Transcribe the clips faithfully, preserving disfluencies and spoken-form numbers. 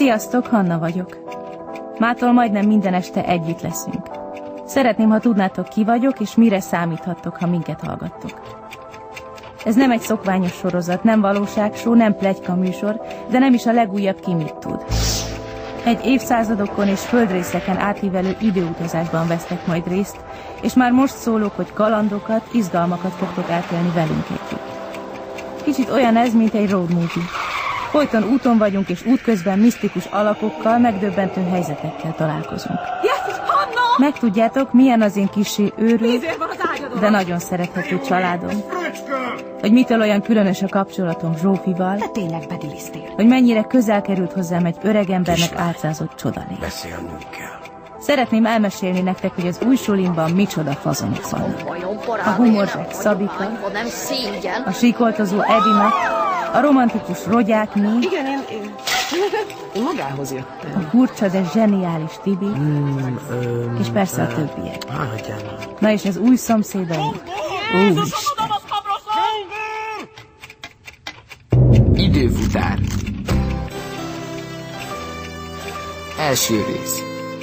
Sziasztok, Hanna vagyok. Mától majdnem minden este együtt leszünk. Szeretném, ha tudnátok, ki vagyok, és mire számíthattok, ha minket hallgattok. Ez nem egy szokványos sorozat, nem valóságshow, nem pletyka műsor, de nem is a legújabb Ki mit tud. Egy évszázadokon és földrészeken átívelő időutazásban vesztek majd részt, és már most szólok, hogy kalandokat, izgalmakat fogtok átélni velünk együtt. Kicsit olyan ez, mint egy road movie. Folyton úton vagyunk, és útközben misztikus alakokkal, megdöbbentő helyzetekkel találkozunk. Yes, Hanna! Megtudjátok, milyen az én kissé őrült, de nagyon szerethető családom. Hogy mitől olyan különös a kapcsolatom Zsófival. Te tényleg bedilisztél. Hogy mennyire közel került hozzám egy öregembernek álcázott csodalény. Beszélnünk kell. Szeretném elmesélni nektek, hogy az új sulimban micsoda fazonok vannak. A humorzsák Szabika, a síkoltozó Edina, a romantikus Rogyákné, Igen, én, én, én magához jöttem. a furcsa, de zseniális Tibi, Mm, öm, és persze a többiek. Hagyjál már. Na és az új szomszédaink. Úristen! Időfutár. Első rész.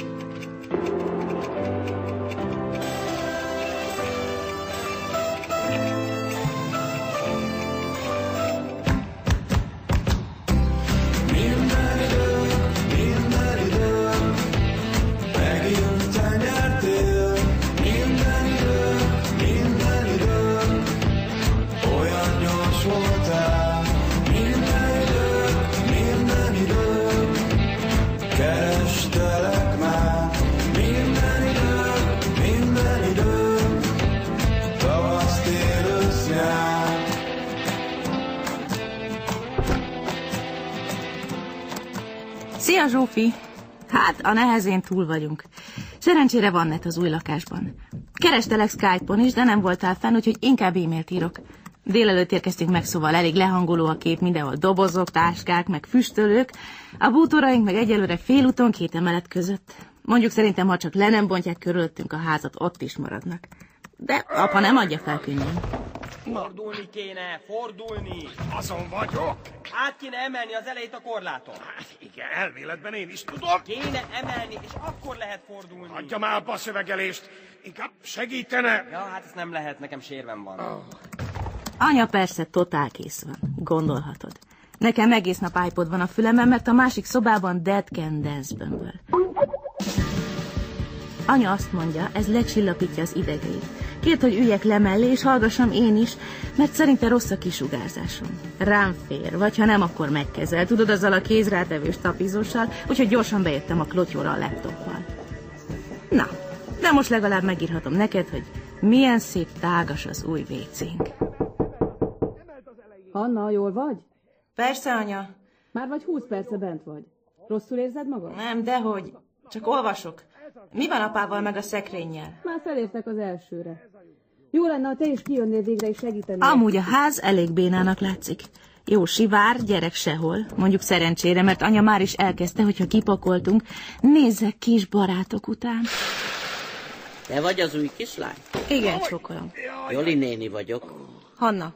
Szia, Zsófi! Hát, a nehezén túl vagyunk. Szerencsére van net az új lakásban. Kerestelek Skype-on is, de nem voltál fenn, úgyhogy inkább e-mailt írok. Délelőtt érkeztünk meg, szóval elég lehangoló a kép, mindenhol dobozok, táskák, meg füstölők. A bútoraink meg egyelőre félúton két emelet között. Mondjuk szerintem, ha csak le nem bontják körülöttünk a házat, ott is maradnak. De apa nem adja fel könnyen. Fordulni kéne, fordulni! Azon vagyok? Át kéne emelni az elejét a korláton. Hát igen, elméletben én is tudom. Kéne emelni, és akkor lehet fordulni. Adja már abba a szövegelést. Inkább segítene. Ja, hát ezt nem lehet, nekem sérvem van. Oh. Anya persze totál kész van, gondolhatod. Nekem egész nap iPod van a fülemben, mert a másik szobában Dead Can Dance bömböl. Anya azt mondja, ez lecsillapítja az idegeit. Kért, hogy üljek le mellé, és hallgassam én is, mert szerinte rossz a kisugárzásom. Rám fér, vagy ha nem, akkor megkezel. Tudod, azzal a kézrátevős tapizóssal, úgyhogy gyorsan bejöttem a klotyóra a laptoppal. Na, de most legalább megírhatom neked, hogy milyen szép tágas az új vécénk. Hanna, jól vagy? Persze, anya. Már vagy húsz perce bent vagy. Rosszul érzed magad? Nem, dehogy. Csak olvasok. Mi van apával meg a szekrényjel? Már felértek az elsőre. Jó lenne, ha te is kijönnél végre és segítenél. Amúgy a ház elég bénának látszik. Jó sivár, gyerek sehol. Mondjuk szerencsére, mert anya már is elkezdte, hogyha kipakoltunk, nézzek kis barátok után. Te vagy az új kislány? Igen, csókolom. Joli néni vagyok. Hanna.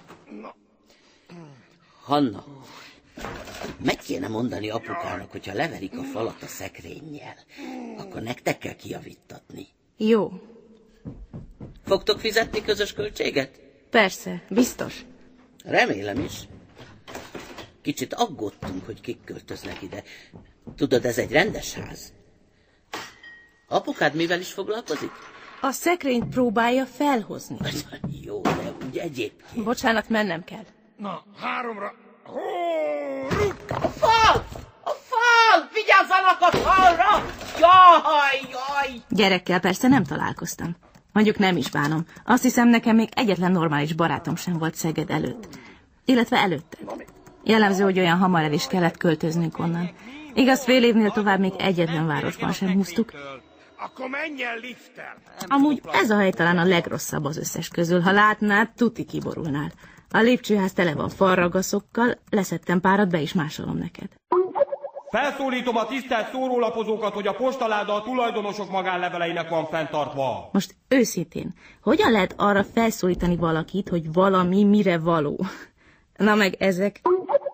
Hanna. Meg kéne mondani apukának, hogyha leverik a falat a szekrényjel, akkor nektek kell kijavítatni. Jó. Fogtok fizetni közös költséget? Persze, biztos. Remélem is. Kicsit aggódtunk, hogy kik költöznek ide. Tudod, ez egy rendes ház. Apukád mivel is foglalkozik? A szekrényt próbálja felhozni. Jó, de úgy egyébként. Bocsánat, mennem kell. Na, háromra. Hó, rúg! A fal! A fal! Vigyázzanak a falra! Jaj, jaj! Gyerekkel persze nem találkoztam. Mondjuk nem is bánom. Azt hiszem, nekem még egyetlen normális barátom sem volt Szeged előtt. Illetve előtte. Jellemző, hogy olyan hamar el is kellett költöznünk onnan. Igaz, fél évnél tovább még egyetlen városban sem húztuk. Akkor menj el lifttel. Amúgy ez a hely talán a legrosszabb az összes közül. Ha látnád, tuti kiborulnál. A lépcsőház tele van falragaszokkal, leszettem párat, be is másolom neked. Felszólítom a tisztelt szórólapozókat, hogy a postaláda a tulajdonosok magánleveleinek van fenntartva. Most őszintén, hogyan lehet arra felszólítani valakit, hogy valami mire való? Na meg ezek...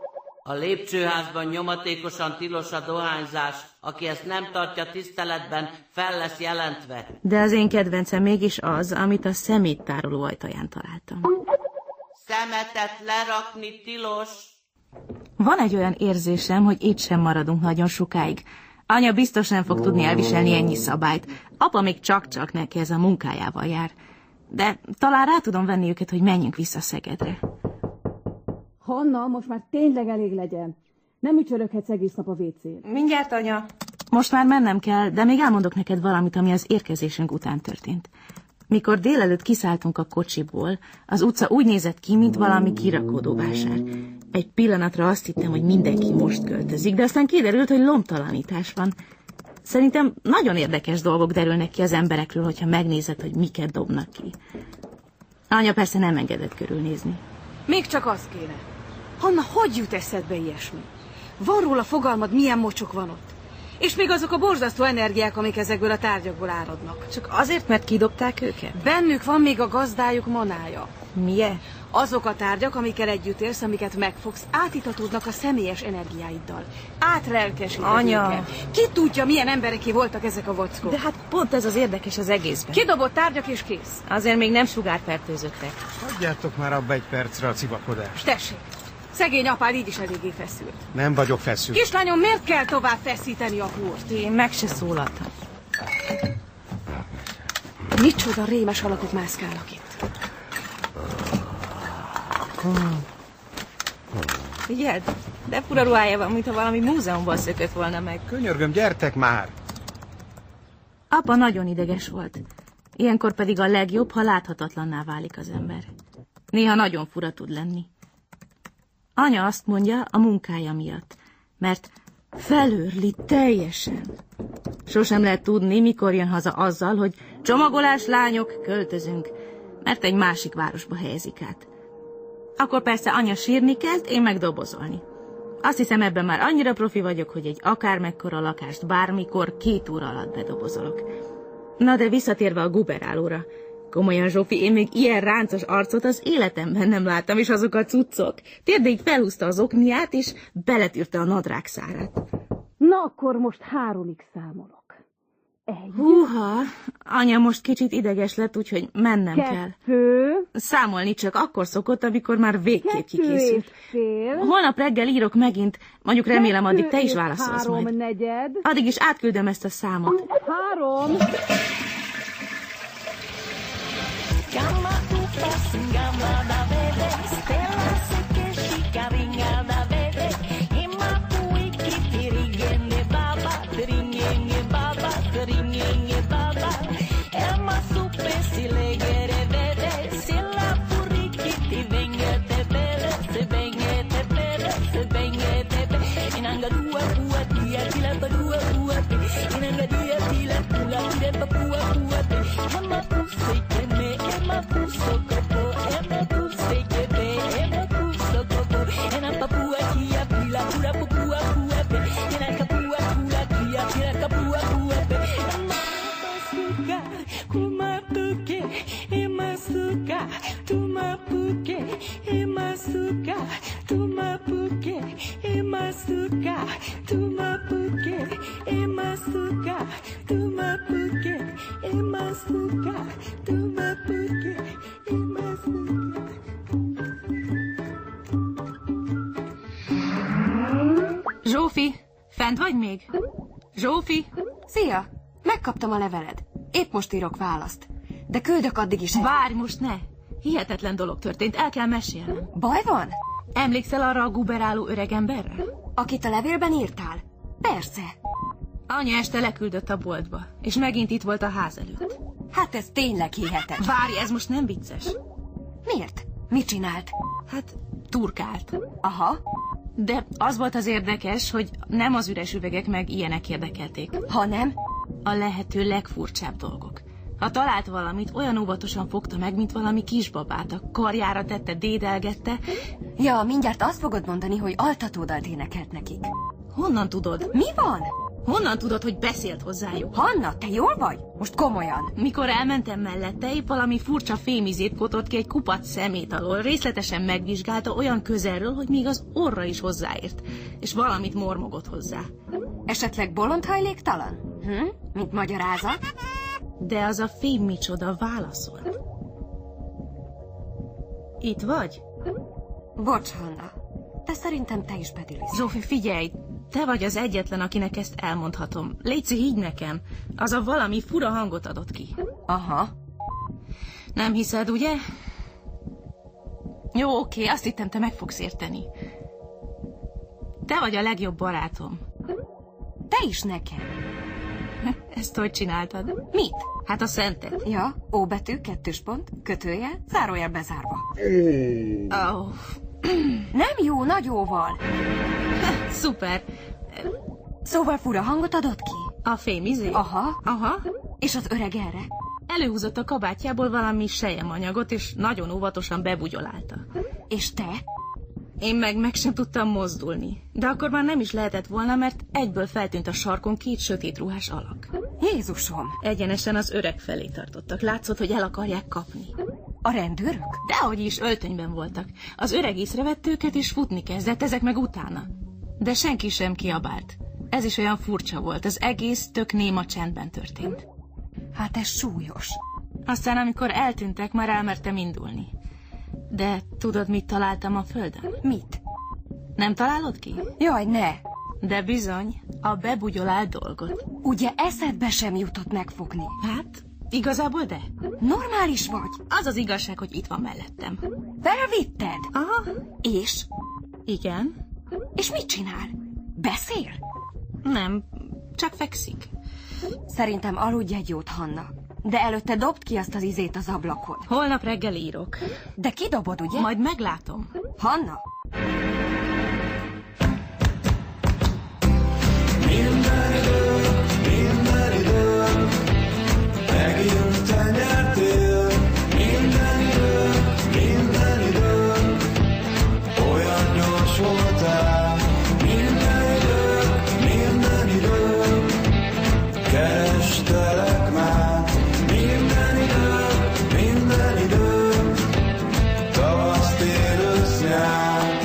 A lépcsőházban nyomatékosan tilos a dohányzás. Aki ezt nem tartja tiszteletben, fel lesz jelentve. De az én kedvencem mégis az, amit a szeméttároló ajtaján találtam. Szemetet lerakni tilos. Van egy olyan érzésem, hogy itt sem maradunk nagyon sokáig. Anya biztos nem fog tudni elviselni ennyi szabályt. Apa még csak-csak neki ez a munkájával jár. De talán rá tudom venni őket, hogy menjünk vissza Szegedre. Hanna, most már tényleg elég legyen. Nem ücsöröghetsz egész nap a vécén. Mindjárt, anya. Most már mennem kell, de még elmondok neked valamit, ami az érkezésünk után történt. Mikor délelőtt kiszálltunk a kocsiból, az utca úgy nézett ki, mint valami kirakodóvásár. Egy pillanatra azt hittem, hogy mindenki most költözik, de aztán kiderült, hogy lomtalanítás van. Szerintem nagyon érdekes dolgok derülnek ki az emberekről, hogyha megnézed, hogy miket dobnak ki. Anya persze nem engedett körülnézni. Még csak az kéne. Hanna, hogy jut eszedbe ilyesmi? Van róla fogalmad, milyen mocsok van ott? És még azok a borzasztó energiák, amik ezekből a tárgyakból áradnak. Csak azért, mert kidobták őket? Bennük van még a gazdájuk manája. Milyen? Azok a tárgyak, amikkel együtt élsz, amiket megfogsz, átitatódnak a személyes energiáiddal. Átrelkesíted Anya. őket. Ki tudja, milyen embereké voltak ezek a vockok. De hát pont ez az érdekes az egészben. Kidobott tárgyak és kész. Azért még nem sugárfertőzöttek. Hagyjátok már abba egy percre a cibakodást. Tessék, szegény apád így is eléggé feszült. Nem vagyok feszült. Kislányom, miért kell tovább feszíteni a húrt? Én meg se szólaltam. Micsoda rémes alakok mászkálnak itt. Figyeld, de fura ruhája van, mintha valami múzeumban szökött volna meg. Könyörgöm, gyertek már! Apa nagyon ideges volt. Ilyenkor pedig a legjobb, ha láthatatlanná válik az ember. Néha nagyon fura tud lenni. Anya azt mondja, a munkája miatt, mert felőrli teljesen. Sosem lehet tudni, mikor jön haza azzal, hogy csomagolás, lányok, költözünk, mert egy másik városba helyezik át. Akkor persze anya sírni kezd, én meg dobozolni. Azt hiszem, ebben már annyira profi vagyok, hogy egy akármekkora lakást bármikor két óra alatt bedobozolok. Na de visszatérve a guberálóra. Komolyan, Zsófi, én még ilyen ráncos arcot az életemben nem láttam, és azok a cuccok. Térdeig felhúzta az okniát, és beletűrte a nadrág szárát. Na akkor most háromig számolok. Egy. Húha, anya most kicsit ideges lett, úgyhogy mennem Kettő. kell. Kettő. Számolni csak akkor szokott, amikor már végképp kikészült. és fél. Holnap reggel írok megint, mondjuk remélem addig te is válaszolsz három majd. negyed. Addig is átküldöm ezt a számot. Három. Zsófi, fent vagy még? Zsófi? Szia! Megkaptam a leveled. Épp most írok választ. De küldök addig is egy... Várj most ne! Hihetetlen dolog történt, el kell mesélnem. Baj van? Emlékszel arra a guberáló öregemberre? Akit a levélben írtál? Persze. Anya este leküldött a boltba, és megint itt volt a ház előtt. Hát ez tényleg hihetetlen. Várj, ez most nem vicces. Miért? Mit csinált? Hát, turkált. Aha. De az volt az érdekes, hogy nem az üres üvegek meg ilyenek érdekelték. Ha nem? A lehető legfurcsább dolgok. Ha talált valamit, olyan óvatosan fogta meg, mint valami kisbabát. A karjára tette, dédelgette. Ja, mindjárt azt fogod mondani, hogy altatódalt énekelt nekik. Honnan tudod? Mi van? Honnan tudod, hogy beszélt hozzájuk? Hanna, te jól vagy? Most komolyan. Mikor elmentem mellette, épp valami furcsa fémizét kotott ki egy kupac szemét alól. Részletesen megvizsgálta olyan közelről, hogy még az orra is hozzáért. És valamit mormogott hozzá. Esetleg bolondhajléktalan? Hm? Mint magyarázat? De az a fém micsoda válaszolt. Itt vagy? Bocs, Hanna. De szerintem te is bedilisz. Zsófi, figyelj! Te vagy az egyetlen, akinek ezt elmondhatom. Léci, higgy nekem. Az a valami fura hangot adott ki. Aha. Nem hiszed, ugye? Jó, oké, azt hittem, te meg fogsz érteni. Te vagy a legjobb barátom. Te is nekem. Ezt hogy csináltad? Mit? Hát a szentet. Ja, ó betű, kettős pont, kötője, zárójel bezárva. Oh. Nem jó, nagy óval. Szuper. Szóval fura hangot adott ki? A fémizé? Aha. Aha. És az öreg erre? Előhúzott a kabátjából valami selyemanyagot, és nagyon óvatosan bebugyolálta. És te? Én meg meg sem tudtam mozdulni. De akkor már nem is lehetett volna, mert egyből feltűnt a sarkon két sötét ruhás alak. Jézusom! Egyenesen az öreg felé tartottak. Látszott, hogy el akarják kapni. A rendőrök? Dehogy is, öltönyben voltak. Az öreg észrevett őket, és futni kezdett, ezek meg utána. De senki sem kiabált. Ez is olyan furcsa volt, az egész tök néma csendben történt. Hát ez súlyos. Aztán, amikor eltűntek, már elmertem indulni. De tudod, mit találtam a földön? Mit? Nem találod ki? Jaj, ne! De bizony, a bebugyolált dolgot. Ugye eszedbe sem jutott megfogni? Hát, igazából de. Normális vagy? Az az igazság, hogy itt van mellettem. Felvitted? Aha. És? Igen. És mit csinál? Beszél? Nem, csak fekszik. Szerintem aludj egy jót, Hanna. De előtte dobd ki azt az izét az ablakon. Holnap reggel írok. De kidobod, ugye? Majd meglátom. Hanna? Minden idő, minden idő, megint te nyertél. Minden idő, minden idő, olyan gyors voltál. Minden idő, minden idő, kerestelek már. Minden idő, minden idő, tavasz, tél, ősz, nyár.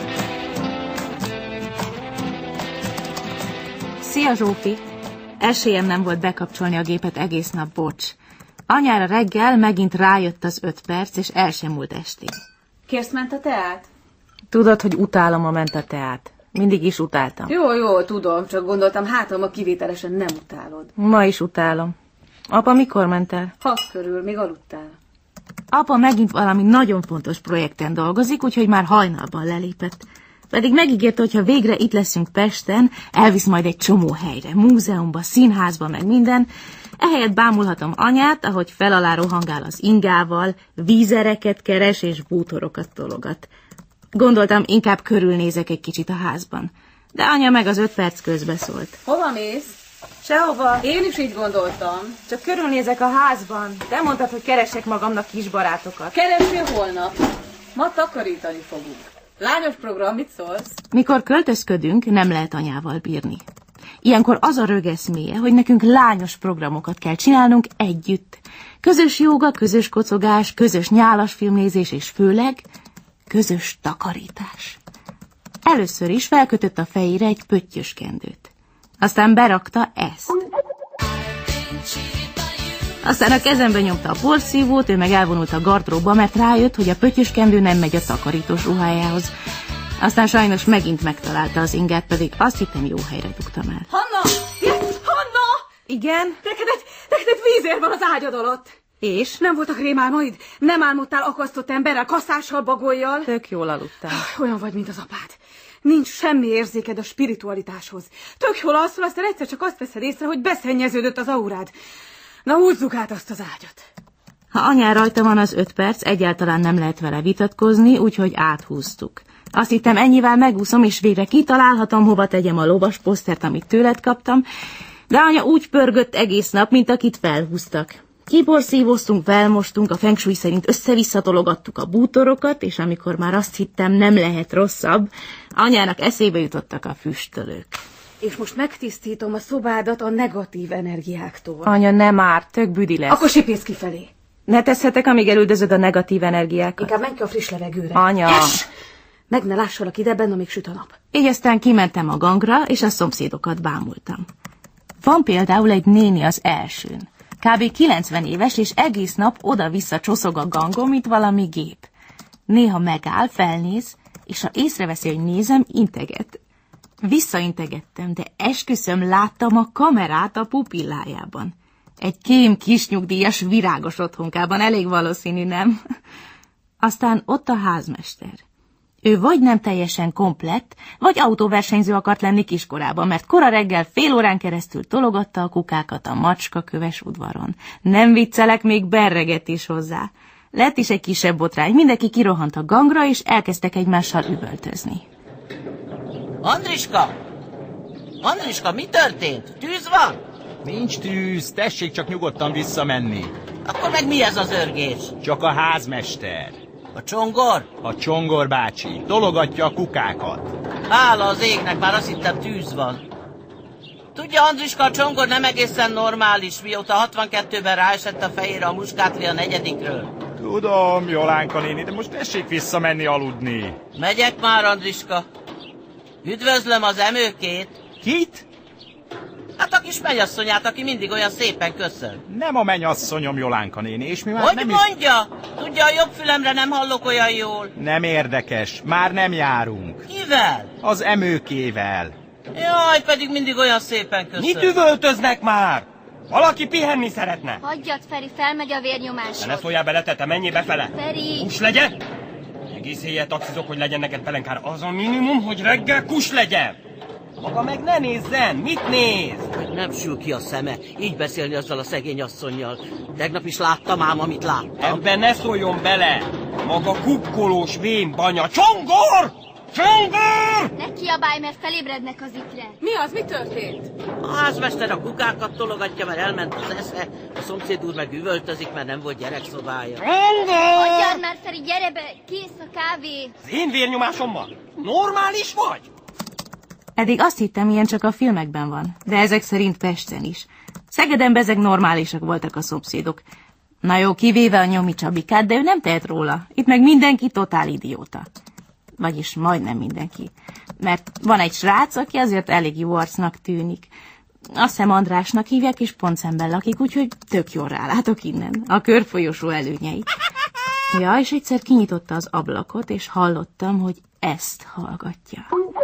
Szia, Zsófi! Esélyem nem volt bekapcsolni a gépet egész nap, bocs. Anyára reggel megint rájött az öt perc, és el sem múlt estig. Kérsz ment a teát? Tudod, hogy utálom a ment a teát. Mindig is utáltam. Jó, jó, tudom, csak gondoltam, hát ha ma kivételesen nem utálod. Ma is utálom. Apa mikor ment el? Hat körül, még aludtál. Apa megint valami nagyon fontos projekten dolgozik, úgyhogy már hajnalban lelépett. Pedig megígérte, hogy ha végre itt leszünk Pesten, elvisz majd egy csomó helyre, múzeumba, színházba, meg minden. Ehelyett bámulhatom anyát, ahogy felalá rohangál az ingával, vízereket keres és bútorokat tologat. Gondoltam, inkább körülnézek egy kicsit a házban. De anya meg az öt perc közbeszólt. Hova mész? Sehova. Én is így gondoltam. Csak körülnézek a házban. Te mondtad, hogy keresek magamnak kis barátokat. Keressél holnap. Ma takarítani fogunk. Lányos program, mit szólsz? Mikor költözködünk, nem lehet anyával bírni. Ilyenkor az a rögeszméje, hogy nekünk lányos programokat kell csinálnunk együtt. Közös jóga, közös kocogás, közös nyálas filmnézés és főleg közös takarítás. Először is felkötött a fejére egy pöttyös kendőt. Aztán berakta ezt. Aztán a kezembe nyomta a porszívót, ő meg elvonult a gardróbba, mert rájött, hogy a pöttyös kendő nem megy a takarítós ruhájához. Aztán sajnos megint megtalálta az ingát, pedig azt hittem, jó helyre dugtam el. Hanna! Hanna! Igen? Neked egy, neked egy vízér van az ágyad alatt. És? Nem voltak rémálmaid? Nem álmodtál akasztott emberrel, kaszással, bagolyjal? Tök jól aludtál. Olyan vagy, mint az apád. Nincs semmi érzéked a spiritualitáshoz. Tök jól alszol, aztán egyszer csak azt veszed észre, hogy beszennyeződött az aurád. Na, húzzuk át azt az ágyat. Ha anyán rajta van az öt perc, egyáltalán nem lehet vele vitatkozni, úgyhogy áthúztuk. Azt hittem, ennyivel megúszom, és végre kitalálhatom, hova tegyem a lovas posztert, amit tőled kaptam, de anya úgy pörgött egész nap, mint akit felhúztak. Kiborszívoztunk, felmostunk, a feng shui szerint össze-visszatologattuk a bútorokat, és amikor már azt hittem, nem lehet rosszabb, anyának eszébe jutottak a füstölők. És most megtisztítom a szobádat a negatív energiáktól. Anya, nem már, tök büdi lesz. Akkor sipész kifelé. Ne teszhetek, amíg elüldözöd a negatív energiákat. Inkább menj ki a friss levegőre. Anya! Yes! Meg ne lássalak ide, benne még süt a nap. Így aztán kimentem a gangra, és a szomszédokat bámultam. Van például egy néni az elsőn. Kb. kilencven éves, és egész nap oda-vissza csoszog a gangon, mint valami gép. Néha megáll, felnéz, és ha észreveszi, hogy nézem, integet. Visszaintegettem, de esküszöm, láttam a kamerát a pupillájában. Egy kém kisnyugdíjas virágos otthonkában, elég valószínű, nem? Aztán ott a házmester. Ő vagy nem teljesen komplett, vagy autóversenyző akart lenni kiskorában, mert kora reggel fél órán keresztül tologatta a kukákat a macskaköves udvaron. Nem viccelek, még berregett is hozzá. Lett is egy kisebb botrány, mindenki kirohant a gangra, és elkezdtek egymással üvöltözni. Andriska! Andriska, mi történt? Tűz van? Nincs tűz, tessék csak nyugodtan visszamenni. Akkor meg mi ez az örgés? Csak a házmester. A csongor? A csongor bácsi. Tologatja a kukákat. Hála az égnek, már azt hittem tűz van. Tudja, Andriska, a csongor nem egészen normális, mióta hatvankettőben ráesett a fejére a muskátli a negyedikről. Tudom, Jolánka néni, de most tessék visszamenni aludni. Megyek már, Andriska. Üdvözlöm az emőkét. Kit? Hát a kis mennyasszonyát, aki mindig olyan szépen köszön. Nem a mennyasszonyom, Jolánka néni, és mi már Hogy nem mondja? is... Tudja, a jobb fülemre nem hallok olyan jól. Nem érdekes, már nem járunk. Kivel? Az emőkével. Jaj, pedig mindig olyan szépen köszön. Mit üvöltöznek már? Valaki pihenni szeretne. Hagyjad, Feri, felmegy a vérnyomásod. Ne szóljál bele, tete, menjél befele. Feri! Kus legyen? Egész éjjel taxizok, hogy legyen neked pelenkár. Az a minimum, hogy reggel kus legyen. Maga meg ne nézzen! Mit néz? Hogy nem sül ki a szeme, így beszélni azzal a szegény asszonnyal. Tegnap is láttam ám, amit láttam. Ebben ne szóljon bele! Maga kubkolós vén banya. Csongor! Csongor! Ne kiabálj, mert felébrednek az ikre. Mi az? Mi történt? A házmester a kukákat tologatja, mert elment az esze. A szomszéd úr meg üvöltözik, mert nem volt gyerekszobája. Hagyjad már, Feri, gyere be! Kész a kávé! Az én vérnyomásommal? Normális vagy? Eddig azt hittem, ilyen csak a filmekben van, de ezek szerint Pesten is. Szegeden bezeg normálisak voltak a szomszédok. Na jó, kivéve a nyomi Csabikát, de ő nem tehet róla. Itt meg mindenki totál idióta. Vagyis majdnem mindenki. Mert van egy srác, aki azért elég jó arcnak tűnik. Azt hiszem Andrásnak hívják, és pont szemben lakik, úgyhogy tök jól rálátok innen. A körfolyosó előnyeit. Ja, és egyszer kinyitotta az ablakot, és hallottam, hogy ezt hallgatja.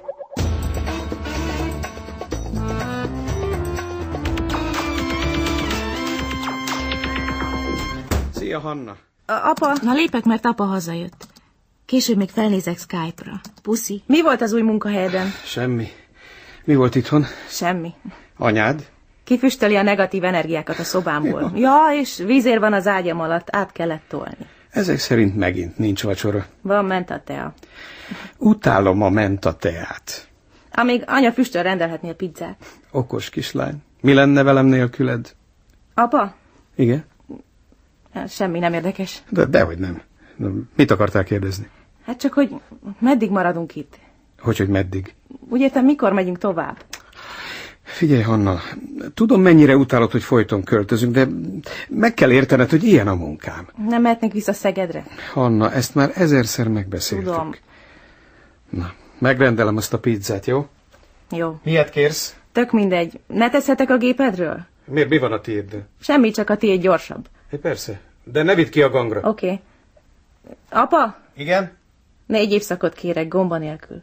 Szia, Hanna. A, apa? Na lépek, mert apa hazajött. Később még felnézek Skype-ra. Puszi. Mi volt az új munkahelyeden? Semmi. Mi volt itthon? Semmi. Anyád? Kifüstöli a negatív energiákat a szobámból. Ja, és vízér van az ágyam alatt, át kellett tolni. Ezek szerint megint nincs vacsora. Van mentatea. Utálom a mentateát. Amíg anya füstöl rendelhetnél pizzát. Okos kislány. Mi lenne velem nélküled? Apa? Igen? Semmi, nem érdekes. De, dehogy nem. Mit akartál kérdezni? Hát csak, hogy meddig maradunk itt? Hogy, hogy meddig? Úgy értem, mikor megyünk tovább? Figyelj, Hanna, tudom, mennyire utálod, hogy folyton költözünk, de meg kell értened, hogy ilyen a munkám. Nem mehetnénk vissza Szegedre? Hanna, ezt már ezerszer megbeszéltük. Tudom. Na, megrendelem azt a pizzát, jó? Jó. Miért kérsz? Tök mindegy. Ne teszhetek a gépedről? Miért, mi van a tiéddel? Semmi, csak a tiéd gyorsabb. É, persze, de ne vidd ki a gangra. Oké. Okay. Apa? Igen? Négy évszakot kérek, gomba nélkül.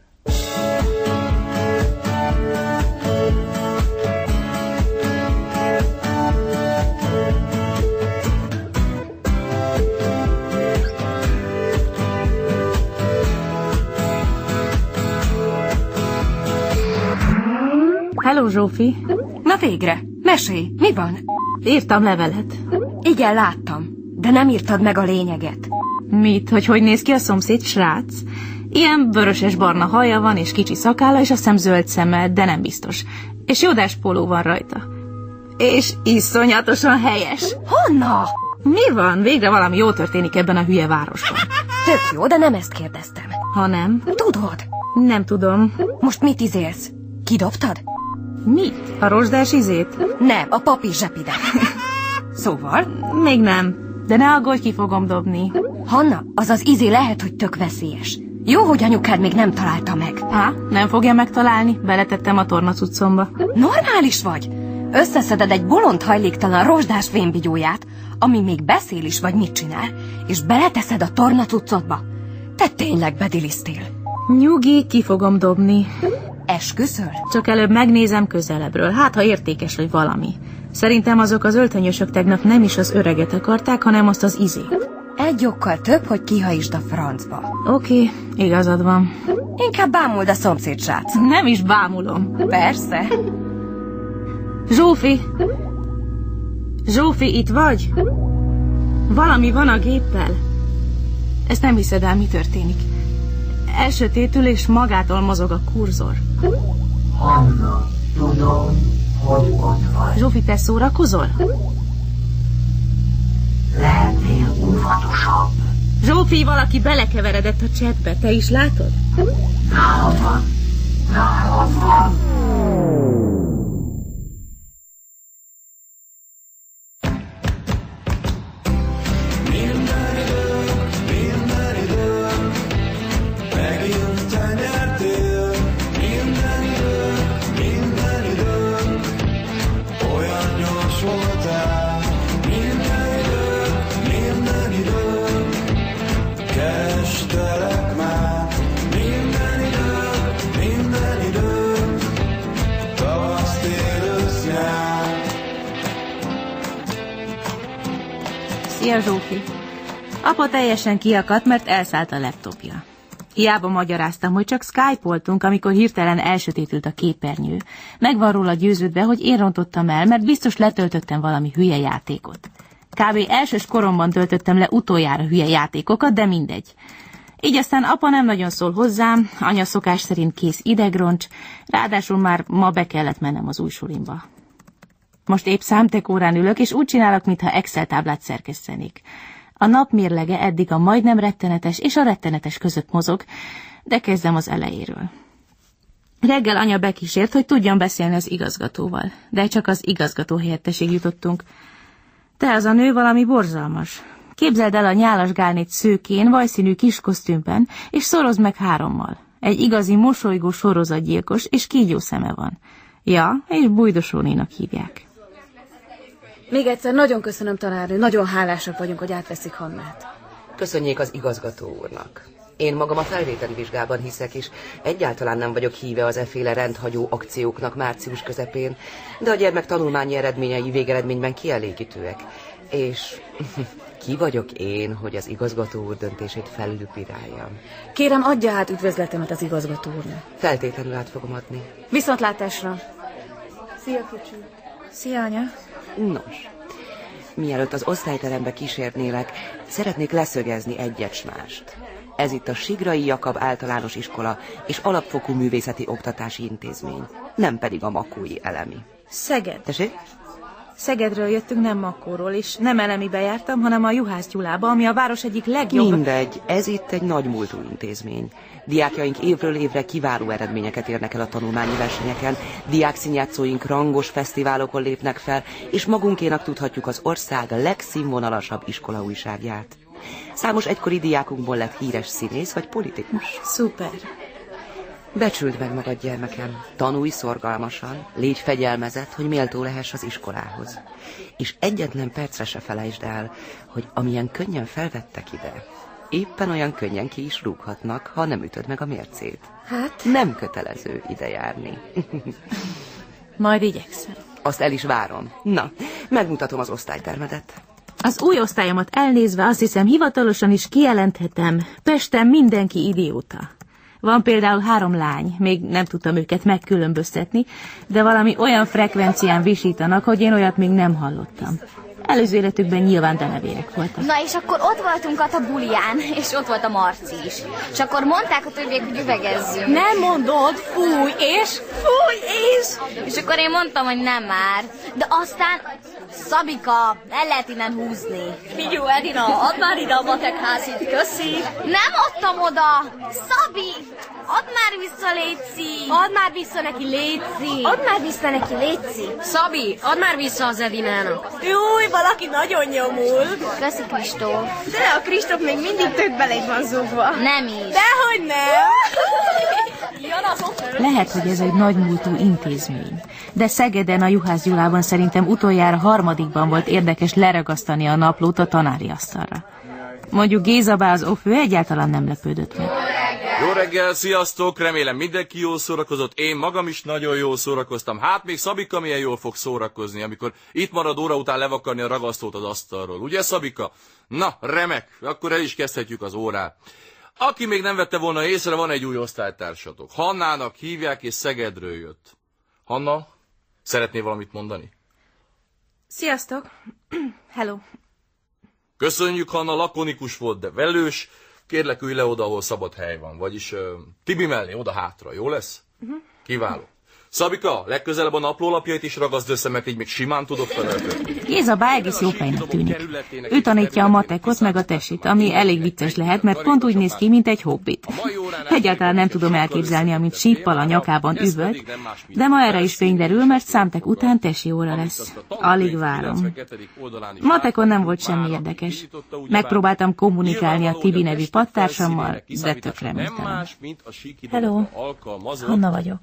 Hello, Zsófi. Na végre, mesélj, mi van? Írtam levelet. Igen, láttam, de nem írtad meg a lényeget. Mit, hogy hogy néz ki a szomszéd srác? Ilyen vöröses-barna haja van, és kicsi szakálla, és azt hiszem zöld szeme, de nem biztos. És jódás póló van rajta. És iszonyatosan helyes. Hanna! Mi van? Végre valami jó történik ebben a hülye városban. Tök jó, de nem ezt kérdeztem. Ha nem? Tudod? Nem tudom. Most mit izélsz? Kidobtad? Mit? A rozsdás izét? Nem, a papír zsepidet. Szóval? Még nem, de ne aggódj, ki fogom dobni. Hanna, az az izé lehet, hogy tök veszélyes. Jó, hogy anyukád még nem találta meg. Há, nem fogja megtalálni, beletettem a tornacuccomba. Normális vagy? Összeszeded egy bolond hajléktalan rozsdás vénbigyóját, ami még beszél is, vagy mit csinál, és beleteszed a tornacuccodba. Te tényleg bedilisztél. Nyugi, ki fogom dobni. Esküszöl? Csak előbb megnézem közelebbről, hát ha értékes vagy valami. Szerintem azok az öltönyösök tegnap nem is az öreget akarták, hanem azt az izét. Egy okkal több, hogy kihajtsd a francba. Oké, okay, igazad van. Inkább bámuld a szomszéd srác. Nem is bámulom. Persze. Zsófi! Zsófi, itt vagy? Valami van a géppel. Ezt nem hiszed el, mi történik. Elsötétül és magától mozog a kurzor. Hanna, tudom, hogy ott vagy. Zsófi, te szórakozol? Lehetnél óvatosabb. Zsófi, valaki belekeveredett a chatbe, te is látod? Nálad van. Nálad van. Szia, Zsófi. Apa teljesen kiakadt, mert elszállt a laptopja. Hiába magyaráztam, hogy csak skype-oltunk, amikor hirtelen elsötétült a képernyő. Meg van róla győződve, hogy én rontottam el, mert biztos letöltöttem valami hülye játékot. Kb. Elsős koromban töltöttem le utoljára hülye játékokat, de mindegy. Így aztán apa nem nagyon szól hozzám, anya szokás szerint kész idegroncs, ráadásul már ma be kellett mennem az új sulimba. Most épp számtekórán ülök, és úgy csinálok, mintha Excel táblát szerkesztenék. A nap mérlege eddig a majdnem rettenetes és a rettenetes között mozog, de kezdem az elejéről. Reggel anya bekísért, hogy tudjam beszélni az igazgatóval, de csak az igazgató helyettesig jutottunk. Te, az a nő valami borzalmas. Képzeld el a nyálas gálnét szőkén, vajszínű kis kosztümben, és szorozd meg hárommal. Egy igazi mosolygó sorozatgyilkos, és kígyó szeme van. Ja, és Bújdosónénak hívják. Még egyszer nagyon köszönöm, tanárnő, nagyon hálásak vagyunk, hogy átveszik Hannát. Köszönjék az igazgató úrnak. Én magam a felvételi vizsgában hiszek, és egyáltalán nem vagyok híve az efféle rendhagyó akcióknak március közepén, de a gyermek tanulmányi eredményei végeredményben kielégítőek. És ki vagyok én, hogy az igazgató úr döntését felülbíráljam? Kérem, adja át üdvözletemet az igazgató úrnak. Feltétlenül át fogom adni. Viszontlátásra. Szia, kicsi. Szia, anya. Nos, mielőtt az osztályterembe kísérnélek, szeretnék leszögezni egyet s mást. Ez itt a Sigrai Jakab Általános Iskola és Alapfokú Művészeti Oktatási Intézmény, nem pedig a Makói Elemi. Szeged. Tessék? Szegedről jöttünk, nem Makóról, és nem Elemibe jártam, hanem a Juhász Gyulába, ami a város egyik legjobb... Mindegy, ez itt egy nagymúltú intézmény. Diákjaink évről évre kiváló eredményeket érnek el a tanulmányi versenyeken, diákszínjátszóink rangos fesztiválokon lépnek fel, és magunkénak tudhatjuk az ország legszínvonalasabb iskolaújságját. Számos egykori diákunkból lett híres színész vagy politikus. Szuper. Becsüld meg magad, gyermekem, tanulj szorgalmasan, légy fegyelmezett, hogy méltó lehess az iskolához. És egyetlen percre se felejtsd el, hogy amilyen könnyen felvettek ide, éppen olyan könnyen ki is rúghatnak, ha nem ütöd meg a mércét. Hát? Nem kötelező ide járni. Majd igyekszem. Azt el is várom. Na, megmutatom az osztálytermedet. Az új osztályomat elnézve azt hiszem hivatalosan is kijelenthetem, Pesten mindenki idióta. Van például három lány, még nem tudtam őket megkülönböztetni, de valami olyan frekvencián visítanak, hogy én olyat még nem hallottam. Előző életükben nyilván denevérek voltak. Na és akkor ott voltunk a buliján, és ott volt a Marci is. És akkor mondták a többiek, hogy üvegezzünk. Nem mondod, fúj, és? Fúj, és? És akkor én mondtam, hogy nem már. De aztán Szabika, el lehet innen húzni. Figyelj, Edina, add már ide a matekházit, köszi. Nem adtam oda. Szabi, add már vissza, léci. Add már vissza neki, léci. Add már vissza neki, léci. Szabi, add már vissza az Edinának. Júj, valaki nagyon nyomul. Köszi, Kristóf. De a Kristóf még mindig tök beléd van zúgva. Nem is. Dehogy nem. Lehet, hogy ez egy nagymúltú intézmény, de Szegeden a Juhász Gyulában szerintem utoljára harmadikban volt érdekes leragasztani a naplót a tanári asztalra. Mondjuk Gézabá az ofő egyáltalán nem lepődött meg. Jó reggel, sziasztok! Remélem mindenki jól szórakozott. Én magam is nagyon jól szórakoztam. Hát még Szabika milyen jól fog szórakozni, amikor itt marad óra után levakarni a ragasztót az asztalról. Ugye, Szabika? Na, remek! Akkor el is kezdhetjük az órát. Aki még nem vette volna észre, van egy új osztálytársatok. Hannának hívják, és Szegedről jött. Hanna, szeretnél valamit mondani? Sziasztok! Hello! Köszönjük, Hanna, lakonikus volt, de velős. Kérlek, ülj le oda, ahol szabad hely van. Vagyis uh, Tibi mellé, oda hátra. Jó lesz? Uh-huh. Kiváló. Szabika, legközelebb a naplólapjait is ragaszd össze, mert így még simán tudok feleltetni. Gézabá egész jó fejnek tűnik. Ő tanítja a matekot meg a tesit, ami elég vicces lehet, mert pont úgy néz ki, mint egy hobbit. Egyáltalán nem tudom elképzelni, amit síppal a nyakában üvölt, de ma erre is fény derül, mert számtek után tesi óra lesz. Alig várom. Matekon nem volt semmi érdekes. Megpróbáltam kommunikálni a Tibi nevű pattársammal, de tök reménytelen. Hello, Hanna vagyok.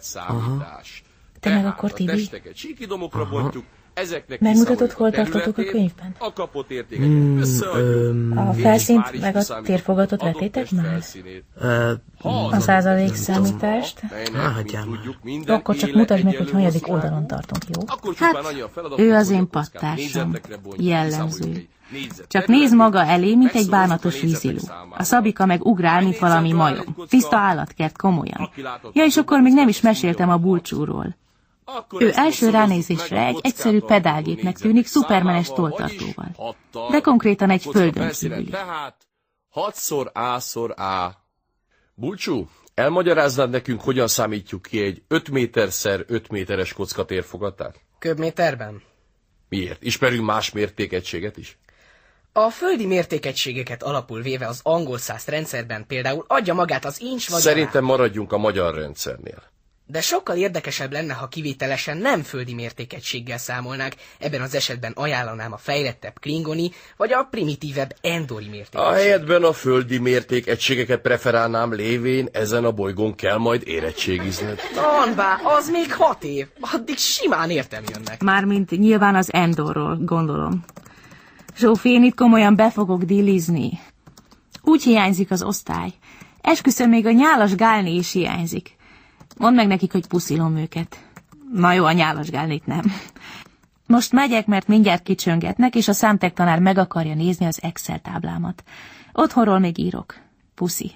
Te meg akkor Tibi? Megmutatod, hol tartotok a könyvben? Hmm, a felszínt meg a térfogatot vettétek már? A százalék számítást? Akkor csak mutasd meg, hogy hanyadik oldalon tartunk, jó? Hát, ő az én pattársam. Jellemző. Csak néz maga elé, mint egy bánatos víziló. A Szabika meg ugrál, mint valami majom. Tiszta állatkert, komolyan. Ja, és akkor még nem is meséltem a Bulcsúról. Ő első ránézésre egy egyszerű pedálgépnek tűnik szupermenes tolltartóval. De konkrétan egy földön kívüli. Tehát hatszor A-szor A. Bulcsú, elmagyaráznád nekünk, hogyan számítjuk ki egy öt méterszer öt méteres kocka térfogatát? Köbméterben? Miért? Ismerünk más mértékegységet is? A földi mértékegységeket alapul véve az angol száz rendszerben például adja magát az inch vagy Szerintem maradjunk a magyar rendszernél. De sokkal érdekesebb lenne, ha kivételesen nem földi mértékegységgel számolnák, ebben az esetben ajánlanám a fejlettebb klingoni, vagy a primitívebb endori mértékegységet. A helyetben a földi mértékegységeket preferálnám, lévén ezen a bolygón kell majd érettségizned. Anbá, az még hat év, addig simán értem jönnek. Mármint nyilván az endorról, gondolom. Zsófi, én itt komolyan be fogok dilizni. Úgy hiányzik az osztály. Esküszöm, még a nyálas Gálné is hiányzik. Mondd meg nekik, hogy puszilom őket. Na jó, a nyálas Gálnét nem. Most megyek, mert mindjárt kicsöngetnek, és a számtektanár meg akarja nézni az Excel táblámat. Otthonról még írok. Puszi.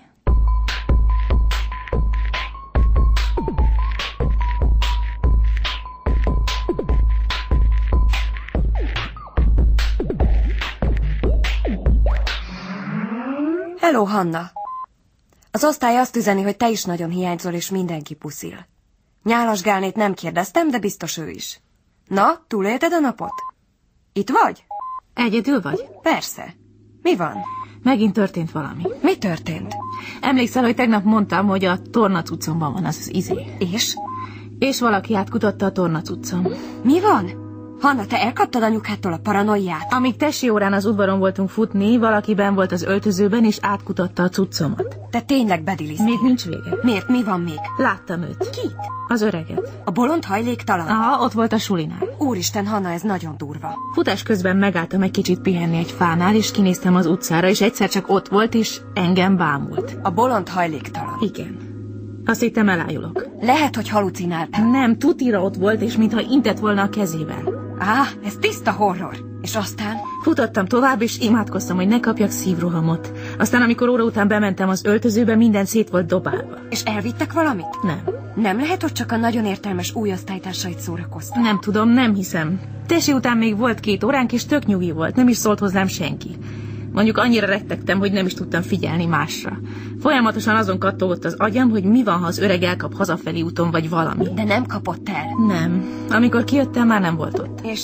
Hello, Hanna! Az osztály azt üzeni, hogy te is nagyon hiányzol, és mindenki puszil. Nyálas Gálnét nem kérdeztem, de biztos ő is. Na, túlélted a napot? Itt vagy? Egyedül vagy? Persze. Mi van? Megint történt valami. Mi történt? Emlékszel, hogy tegnap mondtam, hogy a tornacuccomban van az az izé. És? És valaki átkutatta a tornacuccom. Mi van? Hanna, te elkaptad anyukától a paranoiát? Amíg tesi órán az udvaron voltunk futni, valaki benn volt az öltözőben, és átkutatta a cuccomat. Te tényleg bediliztél? Még nincs vége. Miért? Mi van még? Láttam őt. Kit? Az öreget. A bolond hajléktalan? Aha, ott volt a sulinál. Úristen, Hanna, ez nagyon durva. Futás közben megálltam egy kicsit pihenni egy fánál, és kinéztem az utcára, és egyszer csak ott volt, és engem bámult. A bolond hajléktalan? Igen. Azt hittem, elájulok. Lehet, hogy halucináltál. Nem, tutira ott volt, és mintha intett volna a kezével. Á, ez tiszta horror. És aztán? Futottam tovább, és imádkoztam, hogy ne kapjak szívrohamot. Aztán, amikor óra után bementem az öltözőbe, minden szét volt dobálva. És elvittek valamit? Nem. Nem lehet, hogy csak a nagyon értelmes új osztálytársait szórakoztak? Nem tudom, nem hiszem. Tesi után még volt két óránk, és tök nyugi volt, nem is szólt hozzám senki. Mondjuk annyira rettegtem, hogy nem is tudtam figyelni másra. Folyamatosan azon kattogott az agyam, hogy mi van, ha az öreg elkap hazafelé úton, vagy valami. De nem kapott el? Nem. Amikor kijöttem, már nem volt ott. És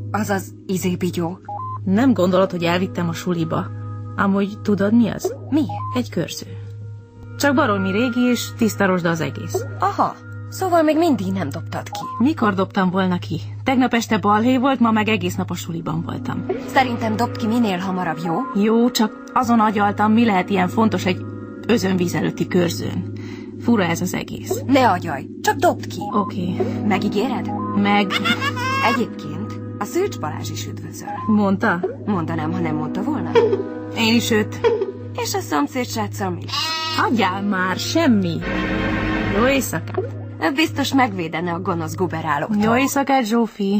Azaz izébigyó. Nem gondolod, hogy elvittem a suliba? Amúgy tudod, mi az? Mi? Egy körző. Csak baromi régi, és tiszta rozsda az egész. Aha, szóval még mindig nem dobtad ki. Mikor dobtam volna ki? Tegnap este balhé volt, ma meg egész nap a suliban voltam. Szerintem dobd ki minél hamarabb, jó? Jó, csak azon agyaltam, mi lehet ilyen fontos egy özönvíz előtti körzőn. Fura ez az egész. Ne agyalj, csak dobd ki. Oké. Okay. Megígéred? Meg. Egyébként a Szőcs Balázs is üdvözöl. Mondta? Mondanám, ha nem mondta volna. Én is őt. És a szomszéd sráccal mi? Hagyjál már, semmi. Jó éjszakát. Ő biztos megvédene a gonosz guberálóktól. Jó éjszakát, Zsófi.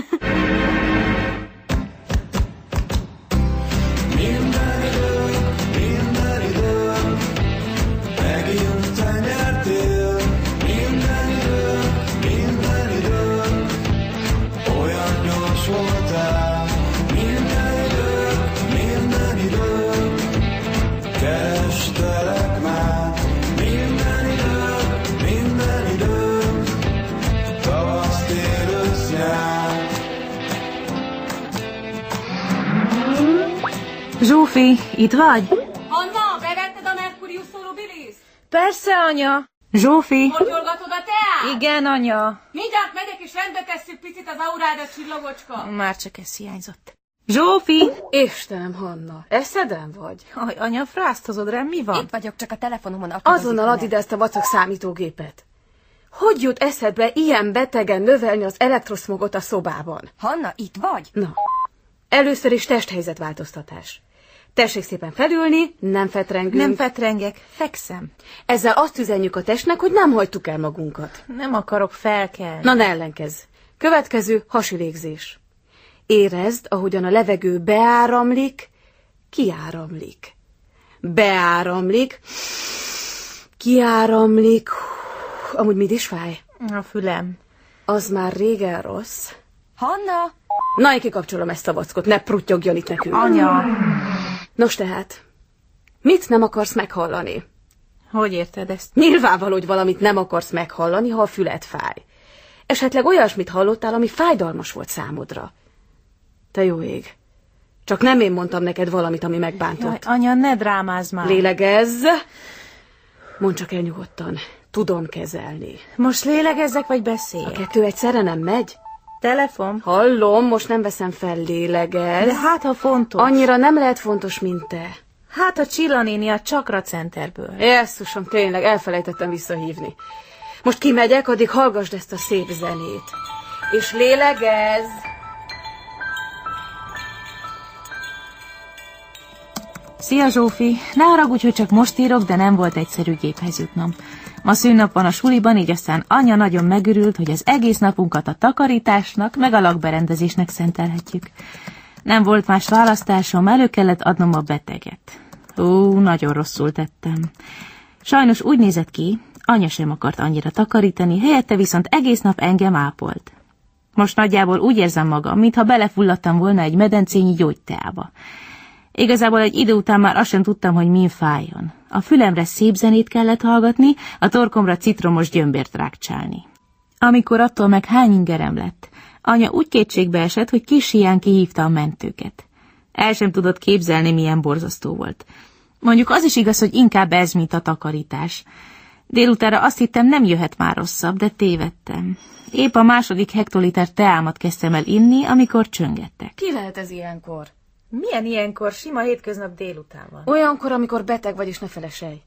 Minden idő, minden idő, megint te nyertél. Minden idő, minden idő, olyan gyors voltál. Minden idő, minden idő, kerestelek már. Minden idő, minden idő, tavasz, tél, ősz, nyár. Zsófi, itt vagy? Anna, bevetted a Merkurius szóló biliszt? Persze, anya. Zsófi. Mortyolgatod a teát? Igen, anya. Mindjárt megyek és rendbe tesszük picit az aurádat, csillagocska. Már csak ez hiányzott. Zsófi! Istenem, Hanna, eszeden vagy? Aj, anya, frászt hozod rám, mi van? Itt vagyok, csak a telefonomon akadozik. Azonnal add ide ezt a vacak számítógépet. Hogy jut eszedbe ilyen betegen növelni az elektroszmogot a szobában? Hanna, itt vagy? Na, először is testhelyzetváltoztatás. Tessék szépen felülni, nem fetrengünk. Nem fetrengek, fekszem. Ezzel azt üzenjük a testnek, hogy nem hagytuk el magunkat. Nem akarok felkelni. Na, ne ellenkezz. Következő hasi légzés. Érezd, ahogyan a levegő beáramlik, kiáramlik. Beáramlik, kiáramlik. Amúgy mit is fáj? A fülem. Az már régen rossz. Hanna! Na, én kikapcsolom ezt a vackot, ne pruttyogjon itt nekünk. Anya! Nos tehát, mit nem akarsz meghallani? Hogy érted ezt? Nyilvánvaló, hogy valamit nem akarsz meghallani, ha a füled fáj. Esetleg olyasmit hallottál, ami fájdalmas volt számodra. Te jó ég. Csak nem én mondtam neked valamit, ami megbántott. Jaj, anya, ne drámázz már. Lélegezz. Mondd csak el nyugodtan. Tudom kezelni. Most lélegezzek, vagy beszélj? A kettő egyszerre nem megy? Telefon? Hallom, most nem veszem fel, lélegezz. De hát, ha fontos. Annyira nem lehet fontos, mint te. Hát a Csilla néni a Csakra Centerből. Jesszusom, tényleg, elfelejtettem visszahívni. Most kimegyek, addig hallgassd ezt a szép zenét. És lélegezz! Szia, Zsófi! Ne haragudj, hogy csak most írok, de nem volt egyszerű géphez jutnom. Ma szünnap van a suliban, így aztán anya nagyon megörült, hogy az egész napunkat a takarításnak, meg a lakberendezésnek szentelhetjük. Nem volt más választásom, elő kellett adnom a beteget. Ó, nagyon rosszul tettem. Sajnos úgy nézett ki, anya sem akart annyira takarítani, helyette viszont egész nap engem ápolt. Most nagyjából úgy érzem magam, mintha belefulladtam volna egy medencényi gyógyteába. Igazából egy idő után már azt sem tudtam, hogy min fájjon. A fülemre szép zenét kellett hallgatni, a torkomra citromos gyömbért rákcsálni. Amikor attól meg hány ingerem lett, anya úgy kétségbe esett, hogy kis híján kihívta a mentőket. El sem tudott képzelni, milyen borzasztó volt. Mondjuk az is igaz, hogy inkább ez, mint a takarítás. Délutára azt hittem, nem jöhet már rosszabb, de tévedtem. Épp a második hektoliter teámat kezdtem el inni, amikor csöngettek. Ki lehet ez ilyenkor? Milyen ilyenkor? Sima hétköznap délután van. Olyankor, amikor beteg vagy, és ne feleselj.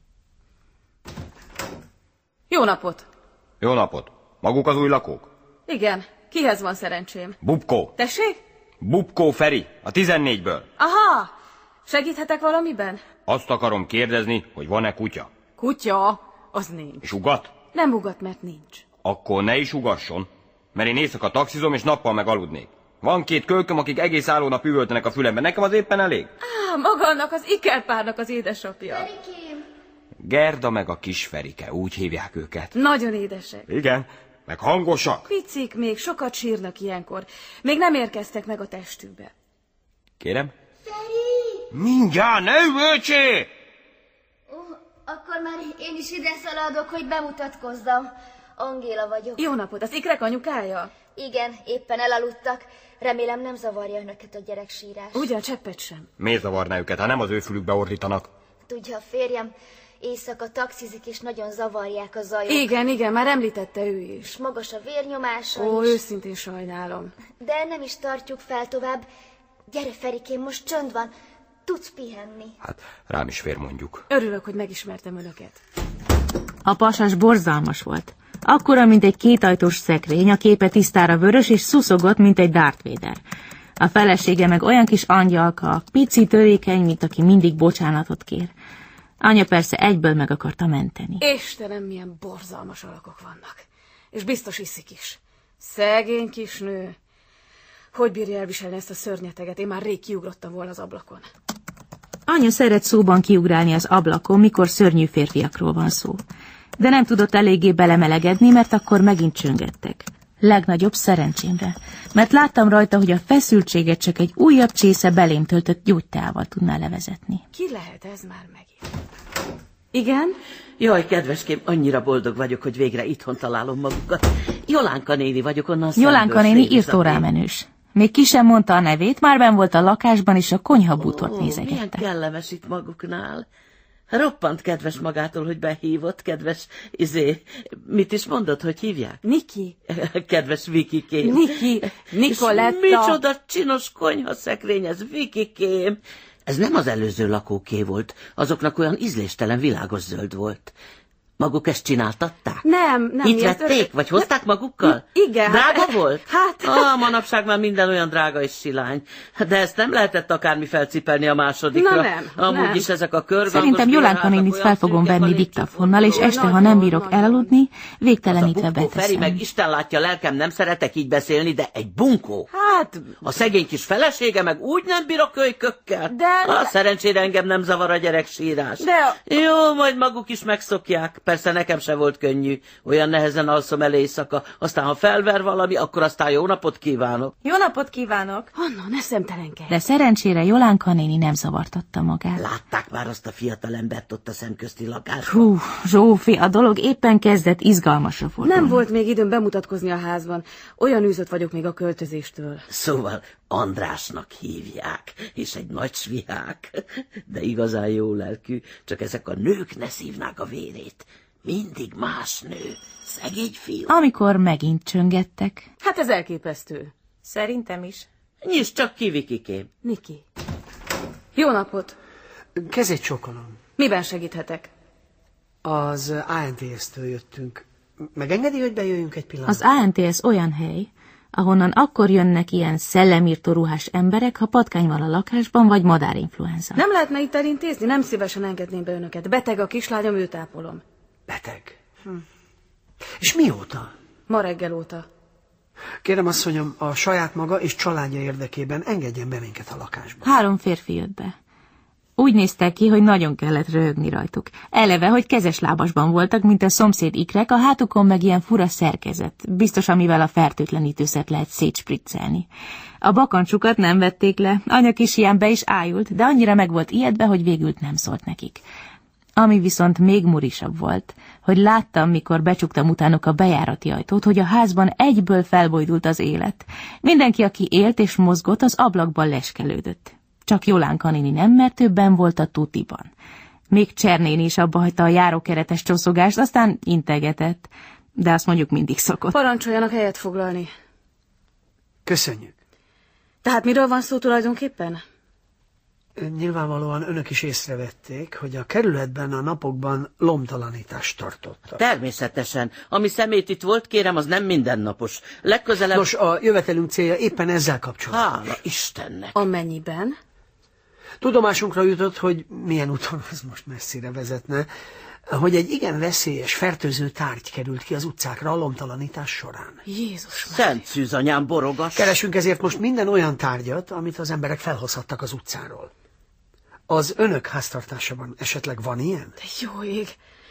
Jó napot! Jó napot! Maguk az új lakók? Igen. Kihez van szerencsém? Bubkó. Tessék? Bubkó Feri, a tizennégyből. Aha! Segíthetek valamiben? Azt akarom kérdezni, hogy van-e kutya? Kutya? Az nincs. És ugat? Nem ugat, mert nincs. Akkor ne is ugasson, mert én éjszaka taxizom, és nappal meg aludnék. Van két kölköm, akik egész álló nap üvöltenek a fülemben. Nekem az éppen elég. Á, maga annak az ikerpárnak az édesapja. Ferikém! Gerda meg a kis Ferike, úgy hívják őket. Nagyon édesek. Igen, meg hangosak. Picik még, sokat sírnak ilyenkor. Még nem érkeztek meg a testükbe. Kérem? Feri! Mindjárt, ne üvöltsé! Uh, akkor már én is ide szaladok, hogy bemutatkozzam. Angéla vagyok. Jó napot, az ikrek anyukája? Igen, éppen elaludtak. Remélem nem zavarja önöket a gyereksírás. Ugyan cseppet sem. Miért zavarná őket, ha nem az ő fülükbe ordítanak? Tudja, a férjem éjszaka taxizik, és nagyon zavarják a zajok. Igen, igen, már említette ő is. És magas a vérnyomása Ó, is. őszintén sajnálom. De nem is tartjuk fel tovább. Gyere, Ferikém, most csönd van. Tudsz pihenni. Hát rám is fér mondjuk. Örülök, hogy megismertem önöket. A pasas borzalmas volt. Akkora, mint egy kétajtós szekrény, a képe tisztára vörös, és szuszogott, mint egy Darth Vader. A felesége meg olyan kis angyalka, pici, törékeny, mint aki mindig bocsánatot kér. Anya persze egyből meg akarta menteni. Istenem, milyen borzalmas alakok vannak. És biztos iszik is. Szegény kis nő. Hogy bírja elviselni ezt a szörnyeteget? Én már rég kiugrottam volna az ablakon. Anya szeret szóban kiugrálni az ablakon, mikor szörnyű férfiakról van szó. De nem tudott eléggé belemelegedni, mert akkor megint csöngettek. Legnagyobb szerencsémre, mert láttam rajta, hogy a feszültséget csak egy újabb csésze belém töltött gyógyteával tudná levezetni. Ki lehet ez már megint? Igen? Jaj, kedveském, annyira boldog vagyok, hogy végre itthon találom magukat. Jolánka néni vagyok onnan. Jolánka néni írtórámenős. Még ki sem mondta a nevét, már benn volt a lakásban, és a konyhabútort nézegette. Milyen kellemes itt maguknál. Roppant kedves magától, hogy behívott, kedves, izé, mit is mondod, hogy hívják? Niki. Kedves Vikikém. Niki, Nikoletta. Micsoda csinos konyhaszekrény, ez Vikikém. Ez nem az előző lakóké volt, azoknak olyan ízléstelen világos zöld volt. Maguk ezt csináltatták? Nem, nem. Itt vették, vagy hozták magukkal? Igen. Drága hát, volt? Hát... Ah, manapság már minden olyan drága és silány. De ezt nem lehetett akármi felcipelni a másodikra. Na nem, Amúgy nem. is ezek a körgangos... Szerintem Jolánka nénit fel fogom venni diktafonnal, és este, ha nem bírok elaludni, végtelenítve beteszem. Feri, meg Isten látja, lelkem, nem szeretek így beszélni, de egy bunkó. Hát... A szegény kis felesége meg úgy nem bír a kölykökkel. De... Ah, szerencsére engem nem zavar a gyereksírás. De... Jó, majd maguk is megszokják. Persze nekem se volt könnyű. Olyan nehezen alszom el éjszaka. Aztán, ha felver valami, akkor aztán jó napot kívánok. Jó napot kívánok! Anna, ne szemtelenkedj! De szerencsére Jolánka néni nem zavartatta magát. Látták már azt a fiatal embert ott a szemközti lakásban? Hú, Zsófi, a dolog éppen kezdett izgalmasra fordulni. Nem volt még időm bemutatkozni a házban. Olyan űzött vagyok még a költözéstől. Szóval Andrásnak hívják, és egy nagy svihák, de igazán jó lelkű, csak ezek a nők ne szívnák a vérét. Mindig más nő, szegény fiú. Amikor megint csöngettek. Hát ez elképesztő. Szerintem is. Nyisd csak ki, Vikikém. Niki. Jó napot. Kezét csókolom. Miben segíthetek? Az á en té es-től jöttünk. Megengedi, hogy bejöjjünk egy pillanat? Az á en té es olyan hely, ahonnan akkor jönnek ilyen szellemírtó ruhás emberek, ha patkány van a lakásban, vagy madárinfluenza. Nem lehetne itt elintézni? Nem szívesen engedném be önöket. Beteg a kislányom, őt ápolom. Beteg? Hm. És mióta? Ma reggel óta. Kérem, asszonyom, a saját maga és családja érdekében engedjen be minket a lakásba. Három férfi jött be. Úgy néztek ki, hogy nagyon kellett röhögni rajtuk. Eleve, hogy kezes lábasban voltak, mint a szomszéd ikrek, a hátukon meg ilyen fura szerkezet, biztos amivel a fertőtlenítőszert lehet szétspriccelni. A bakancsukat nem vették le, anya kis ilyen be is ájult, de annyira meg volt ijedve, hogy végül nem szólt nekik. Ami viszont még murisabb volt, hogy láttam, mikor becsuktam utánuk a bejárati ajtót, hogy a házban egyből felbojdult az élet. Mindenki, aki élt és mozgott, az ablakban leskelődött. Csak Jolánka néni nem, mert többen volt a tutiban. Még Csernéni is abba hagyta a járókeretes csoszogást, aztán integetett, de azt mondjuk mindig szokott. Parancsoljanak helyet foglalni. Köszönjük. Tehát miről van szó tulajdonképpen? Nyilvánvalóan önök is észrevették, hogy a kerületben a napokban lomtalanítást tartottak. Természetesen. Ami szemét itt volt, kérem, az nem mindennapos. Legközelebb... Nos, a jövetelünk célja éppen ezzel kapcsolatban. Hála Istennek. Amennyiben? Tudomásunkra jutott, hogy milyen úton, az most messzire vezetne, hogy egy igen veszélyes, fertőző tárgy került ki az utcákra a lomtalanítás során. Jézus már. Szent szűzanyám, borogas. Keresünk ezért most minden olyan tárgyat, amit az emberek felhozhattak az utcáról. Az önök háztartásában esetleg van ilyen? De jó ég,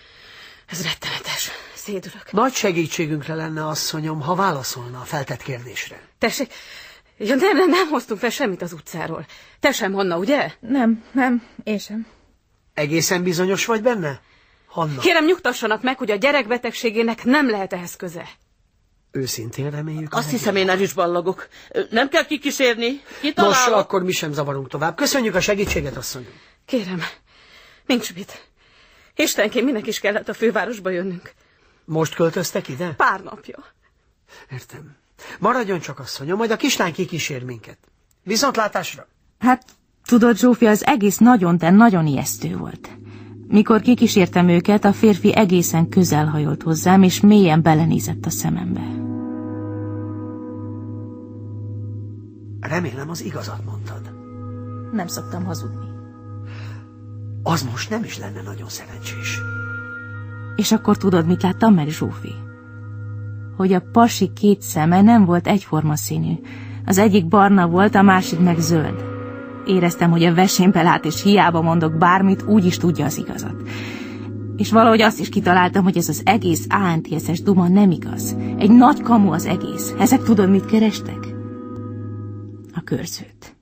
ez rettenetes, szédülök. Nagy segítségünkre lenne, asszonyom, ha válaszolna a feltett kérdésre. Tessék, ja, nem, nem, nem hoztunk fel semmit az utcáról. Te sem, Hanna, ugye? Nem, nem, én sem. Egészen bizonyos vagy benne, Hanna? Kérem, nyugtassanak meg, hogy a gyerek betegségének nem lehet ehhez köze. Őszintén reméljük. Azt hiszem, én el is ballagok. Nem kell kikísérni. Kitalálok. Nos, akkor mi sem zavarunk tovább. Köszönjük a segítséget, asszony. Kérem, nincs mit. Istenként minek is kellett a fővárosba jönnünk. Most költöztek ide? Pár napja. Értem. Maradjon csak, asszonyom, majd a kislány kikísér minket. Viszontlátásra! Hát, tudod, Zsófia, az egész nagyon, de nagyon ijesztő volt. Mikor kikísértem őket, a férfi egészen közel hajolt hozzám, és mélyen belenézett a szemembe. Remélem, az igazat mondtad. Nem szoktam hazudni. Az most nem is lenne nagyon szerencsés. És akkor tudod, mit láttam meg, Zsófi? Hogy a pasi két szeme nem volt egyforma színű. Az egyik barna volt, a másik meg zöld. Éreztem, hogy a vesémbe lát, és hiába mondok bármit, úgy is tudja az igazat. És valahogy azt is kitaláltam, hogy ez az egész á en té es-es duma nem igaz. Egy nagy kamu az egész. Ezek tudod, mit kerestek? A körzőt.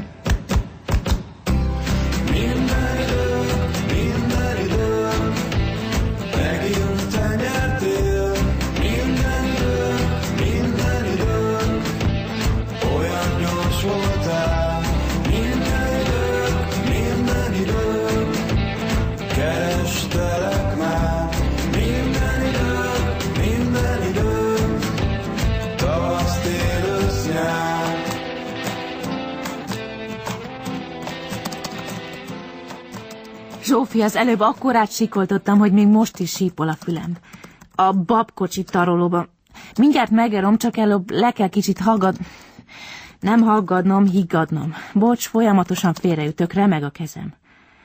Zsófi, az előbb akkorát sikoltottam, hogy még most is sípol a fülem. A babkocsi tarolóban. Mindjárt megerom, csak előbb le kell kicsit hallgad... Nem hallgadnom, higgadnom. Bocs, folyamatosan félreütök, remeg a kezem.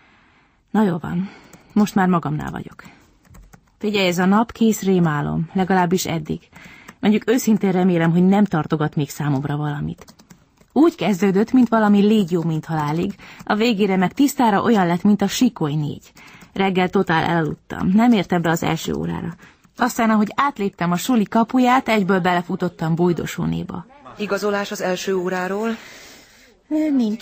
Na jó van, most már magamnál vagyok. Figyelj, ez a nap kész rémálom, legalábbis eddig. Mondjuk őszintén remélem, hogy nem tartogat még számomra valamit. Úgy kezdődött, mint valami légy jó, mint halálig, a végére meg tisztára olyan lett, mint a Sikoly négy. Reggel totál elaludtam, nem értem be az első órára. Aztán, ahogy átléptem a suli kapuját, egyből belefutottam Bújdosónéba. Igazolás az első óráról? Nincs.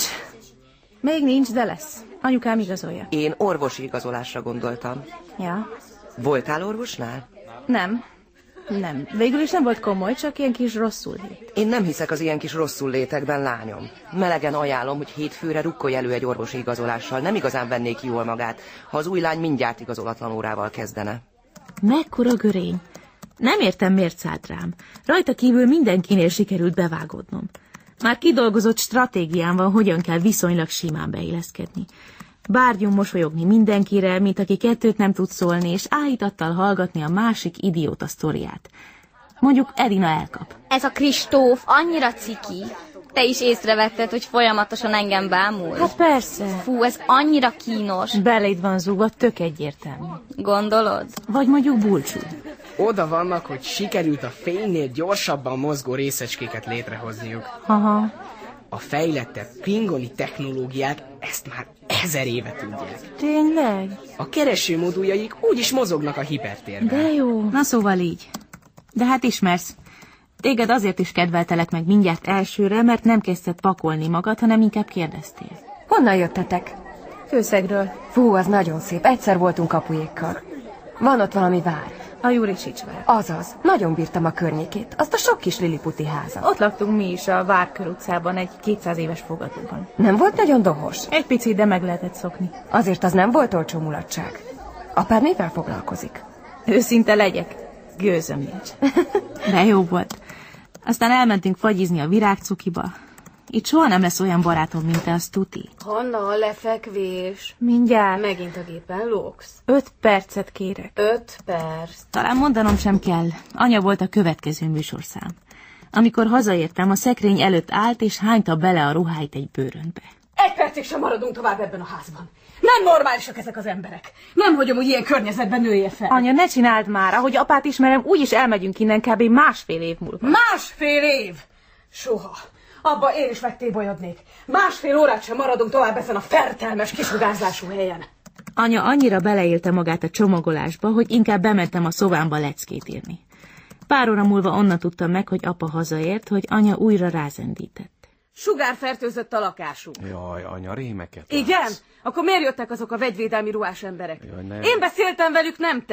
Még nincs, de lesz. Anyukám igazolja. Én orvosi igazolásra gondoltam. Ja. Voltál orvosnál? Nem. Nem. Végül is nem volt komoly, csak ilyen kis rosszul lét. Én nem hiszek az ilyen kis rosszul létekben, lányom. Melegen ajánlom, hogy hétfőre rukkolj elő egy orvosi igazolással. Nem igazán vennék jól magát, ha az új lány mindjárt igazolatlan órával kezdene. Mekkora görény. Nem értem, miért szállt rám. Rajta kívül mindenkinél sikerült bevágódnom. Már kidolgozott stratégiám van, hogyan kell viszonylag simán beilleszkedni. Bárgyunk mosolyogni mindenkire, mint aki kettőt nem tud szólni, és áhítattal hallgatni a másik idióta sztoriát. Mondjuk Edina elkap. Ez a Kristóf annyira ciki. Te is észrevetted, hogy folyamatosan engem bámul? Hát persze. Fú, ez annyira kínos. Beléd van zúgva, tök egyértelmű. Gondolod? Vagy mondjuk bulcsú. Oda vannak, hogy sikerült a fénynél gyorsabban mozgó részecskéket létrehozniuk. Aha. A fejlettebb klingoni technológiák ezt már ezer éve tudják. Tényleg? A keresőmoduljaik úgy is mozognak a hipertérben. De jó. Na szóval így. De hát ismersz. Téged azért is kedveltelek meg mindjárt elsőre, mert nem kezdted pakolni magad, hanem inkább kérdeztél. Honnan jöttetek? Kőszegről. Fú, az nagyon szép. Egyszer voltunk kapujékkal. Van ott valami vár. A Juricsics vár. Azaz. Nagyon bírtam a környékét. Azt a sok kis liliputi házat. Ott laktunk mi is a Várkör utcában, egy kétszáz éves fogadóban. Nem volt nagyon dohos? Egy picit, de meg lehetett szokni. Azért az nem volt olcsó mulatság. Apád mivel foglalkozik? Őszinte legyek. Gőzöm nincs. De jó volt. Aztán elmentünk fagyizni a Virágcukiba. Itt soha nem lesz olyan barátom, mint te, az tuti. Hanna, a lefekvés. Mindjárt. Megint a gépen lógsz. Öt percet kérek. Öt perc. Talán mondanom sem kell. Anya volt a következő műsorszám. Amikor hazaértem, a szekrény előtt állt, és hányta bele a ruháit egy bőrönbe. Egy percig sem maradunk tovább ebben a házban. Nem normálisak ezek az emberek. Nem hagyom, hogy ilyen környezetben nője fel. Anya, ne csináld már. Ahogy apát ismerem, úgyis elmegyünk innen kb. másfél év múlva. Másfél év? Soha. Abba én is megtébolyodnék. Másfél órát sem maradunk tovább ezen a fertelmes kisugárzású helyen. Anya annyira beleélte magát a csomagolásba, hogy inkább bementem a szobámba leckét írni. Pár óra múlva onnan tudtam meg, hogy apa hazaért, hogy anya újra rázendített. Sugárfertőzött a lakásunk. Jaj, anya, rémeket. Igen? Akkor miért jöttek azok a vegyvédelmi ruhás emberek? Jaj, nem. Én beszéltem velük, nem te.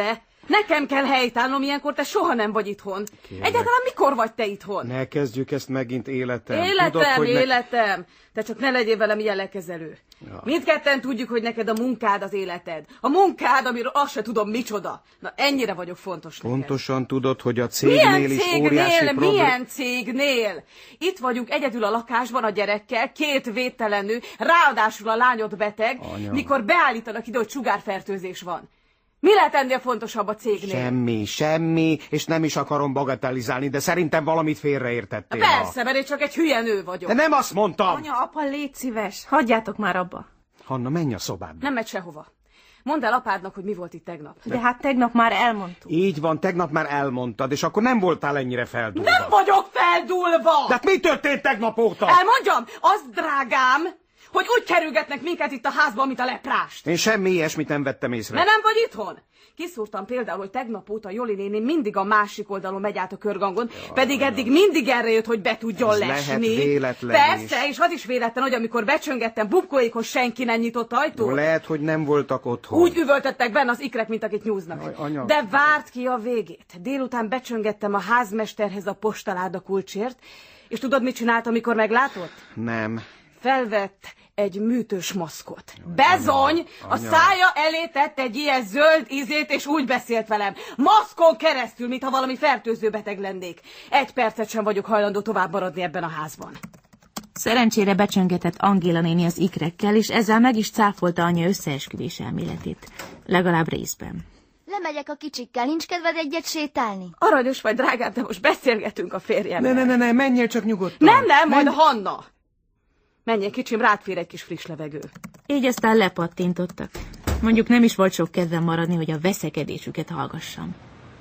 Nekem kell helytállnom ilyenkor, te soha nem vagy itthon. Kérlek. Egyáltalán mikor vagy te itthon? Ne kezdjük ezt megint, életem. Életem, Tudod, hogy életem. Ne... Te csak ne legyél velem ilyen lekezelő. Ja. Mindketten tudjuk, hogy neked a munkád az életed. A munkád, amiről azt se tudom micsoda. Na ennyire vagyok fontos neked. Pontosan tudod, hogy a cégnél milyen is cégnél, óriási problém... Milyen cégnél? Itt vagyunk egyedül a lakásban a gyerekkel, két védtelen nő, ráadásul a lányod beteg, Anya. mikor beállítanak ide, hogy sugárfertőzés van. Mi lehet ennél fontosabb a cégnél? Semmi, semmi, és nem is akarom bagatelizálni, de szerintem valamit félreértettél. Persze, mert én csak egy hülye nő vagyok. De nem azt mondtam! Anya, apa, légy szíves, hagyjátok már abba. Hanna, menj a szobádba. Nem megy sehova. Mondd el apádnak, hogy mi volt itt tegnap. De hát tegnap már elmondtuk. Így van, tegnap már elmondtad, és akkor nem voltál ennyire feldúlva. Nem vagyok feldúlva! De hát mi történt tegnap óta? Elmondjam, az drágám, hogy úgy kerülgetnek minket itt a házban, mint a leprást. Én semmi ilyesmit nem vettem észre. Mert nem vagy itthon? Kiszúrtam például, hogy tegnap óta Joli néni mindig a másik oldalon megy át a körgangon, ja, pedig ja. eddig mindig erre jött, hogy be tudjon ez lesni. Lehet véletlen Persze, is. És az is véletlen, hogy amikor becsöngettem bubkóékhoz, senki nem nyitott ajtót. Jó, lehet, hogy nem voltak otthon. Úgy üvöltöttek benne az ikrek, mint akit nyúznak. Jaj, anya. De várt ki a végét. Délután becsöngettem a házmesterhez a postaláda kulcsért, és tudod, mit csinált, amikor meglátott? Nem. Felvett egy műtős maszkot. Bezony! Anya, a anya. szája elé tett egy ilyen zöld ízét, és úgy beszélt velem. Maszkon keresztül, mintha valami fertőző beteg lennék. Egy percet sem vagyok hajlandó tovább maradni ebben a házban. Szerencsére becsöngetett Angéla néni az ikrekkel, és ezzel meg is cáfolta anya összeesküvés elméletét. Legalább részben. Lemegyek a kicsikkel, nincs kedved egyet sétálni? Aranyos vagy, drágám, de most beszélgetünk a férjemmel. Ne, ne, ne, ne, menjél csak nyugodtan. Nem, nem, majd Menj... Hanna. Menjél, kicsim, rád fér egy kis friss levegő. Így aztán lepattintottak. Mondjuk nem is volt sok kedvem maradni, hogy a veszekedésüket hallgassam.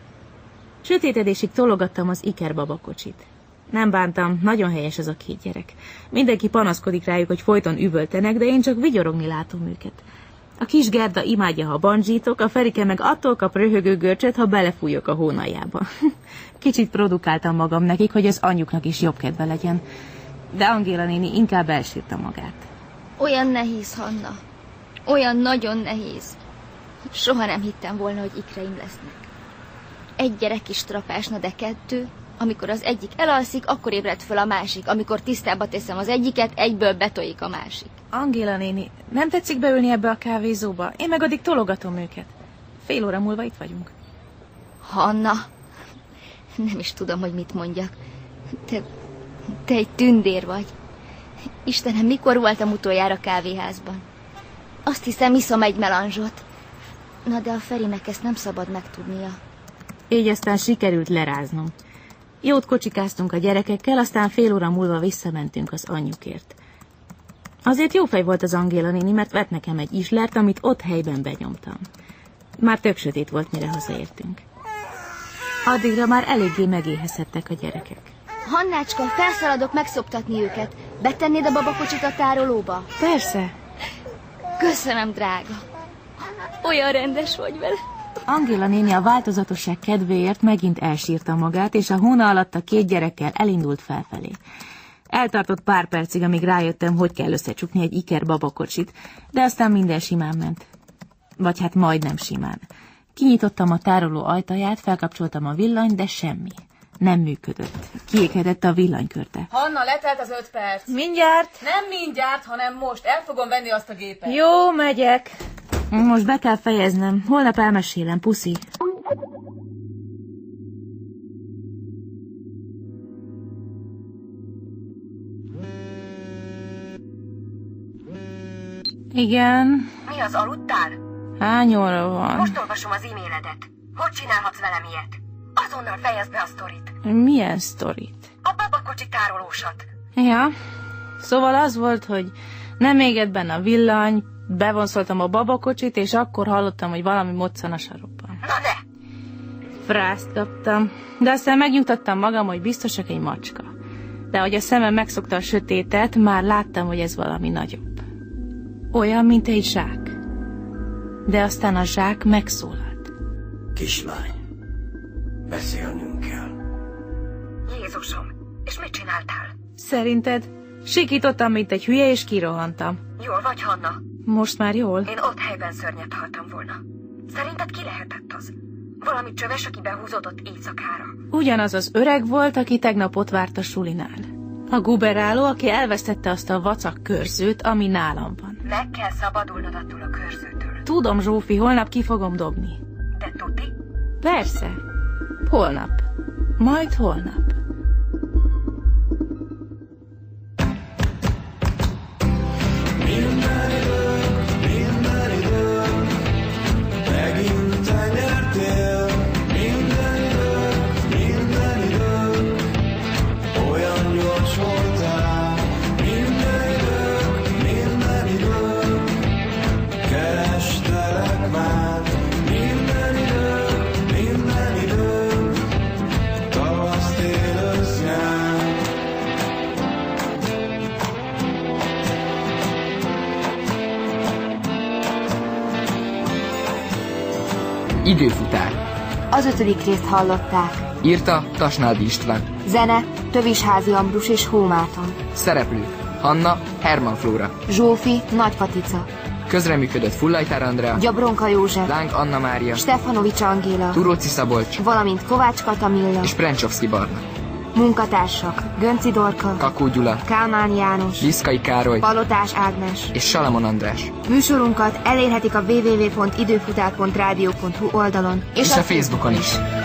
Sötétedésig tologattam az Iker babakocsit. Nem bántam, nagyon helyes ez a két gyerek. Mindenki panaszkodik rájuk, hogy folyton üvöltenek, de én csak vigyorogni látom őket. A kis Gerda imádja, ha bandzsítok, a Ferike meg attól kap röhögő görcsöt, ha belefújok a hónaljába. Kicsit produkáltam magam nekik, hogy az anyjuknak is jobb kedve legyen. De Angéla néni inkább elsírta magát. Olyan nehéz, Hanna. Olyan nagyon nehéz. Soha nem hittem volna, hogy ikreim lesznek. Egy gyerek is trapásna, de kettő. Amikor az egyik elalszik, akkor ébred föl a másik. Amikor tisztába teszem az egyiket, egyből betoljik a másik. Angéla néni, nem tetszik beülni ebbe a kávézóba? Én meg addig tologatom őket. Fél óra múlva itt vagyunk. Hanna, nem is tudom, hogy mit mondjak. Te, te egy tündér vagy. Istenem, mikor voltam utoljára kávéházban? Azt hiszem, iszom egy melanzsot. Na de a Ferinek ezt nem szabad megtudnia. Így aztán sikerült leráznom. Jót kocsikáztunk a gyerekekkel, aztán fél óra múlva visszamentünk az anyjukért. Azért jó fej volt az Angéla néni, mert vett nekem egy islert, amit ott helyben benyomtam. Már tök sötét volt, mire hazaértünk. Addigra már eléggé megéhezhettek a gyerekek. Hannácska, felszaladok megszoptatni őket. Betennéd a babakocsit a tárolóba? Persze. Köszönöm, drága. Olyan rendes vagy vele. Angéla néni a változatosság kedvéért megint elsírta magát, és a hóna alatt a két gyerekkel elindult felfelé. Eltartott pár percig, amíg rájöttem, hogy kell összecsukni egy Iker babakocsit, de aztán minden simán ment. Vagy hát majdnem simán. Kinyitottam a tároló ajtaját, felkapcsoltam a villanyt, de semmi. Nem működött. Kiéghetett a villanykörte. Hanna, letelt az öt perc. Mindjárt. Nem mindjárt, hanem most. El fogom venni azt a gépet. Jó, megyek. Most be kell fejeznem. Holnap elmesélem, puszi. Igen. Mi az, aludtál? Hány óra van? Most olvasom az e-mailedet. Hogy csinálhatsz velem ilyet? Azonnal fejezd be a sztorit. Milyen sztorit? A babakocsi tárolósat. Ja. Szóval az volt, hogy nem égett benne a villany, bevonszoltam a babakocsit, és akkor hallottam, hogy valami moccan a sarokban. Na ne! Frászt kaptam, de aztán megnyugtattam magam, hogy biztosak egy macska. De hogy a szemem megszokta a sötétet, már láttam, hogy ez valami nagyobb. Olyan, mint egy zsák. De aztán a zsák megszólalt. Kislány, beszélnünk kell. Jézusom, és mit csináltál? Szerinted? Sikítottam, mint egy hülye, és kirohantam. Jól vagy, Hanna? Most már jól? Én ott helyben szörnyet haltam volna. Szerinted ki lehetett az? Valami csöves, aki behúzódott éjszakára. Ugyanaz az öreg volt, aki tegnap ott várt a sulinál. A guberáló, aki elvesztette azt a vacak körzőt, ami nálam van. Meg kell szabadulnod attól a körzőtől. Tudom, Zsófi, holnap ki fogom dobni. De tuti? Persze. Holnap. Majd holnap. Minden idő, minden idő, megint te nyertél. Minden idő, minden idő, olyan gyors voltál. Minden idő, minden idő, kerestelek már. Minden idő, minden idő, tavasz, tél, ősz, nyár. Időfutár. Az ötödik részt hallották. Írta Tasnádi István. Zene, Tövisházi Ambrus és Hómáton. Szereplők. Hanna, Herman Flóra. Zsófi, Nagy Katica. Közreműködött Fullajtár Andrea. Gyabronka József. Láng Anna Mária. Stefanovics Angéla. Turóci Szabolcs. Valamint Kovács Katamilla. És Prencsovszki Barna. Munkatársak: Gönci Dorka, Kakó Gyula, Kálmán János, Liszkai Károly, Palotás Ágnes és Salamon András. Műsorunkat elérhetik a double-u double-u double-u pont időfutár pont rádió pont hu oldalon és, és a Facebookon is.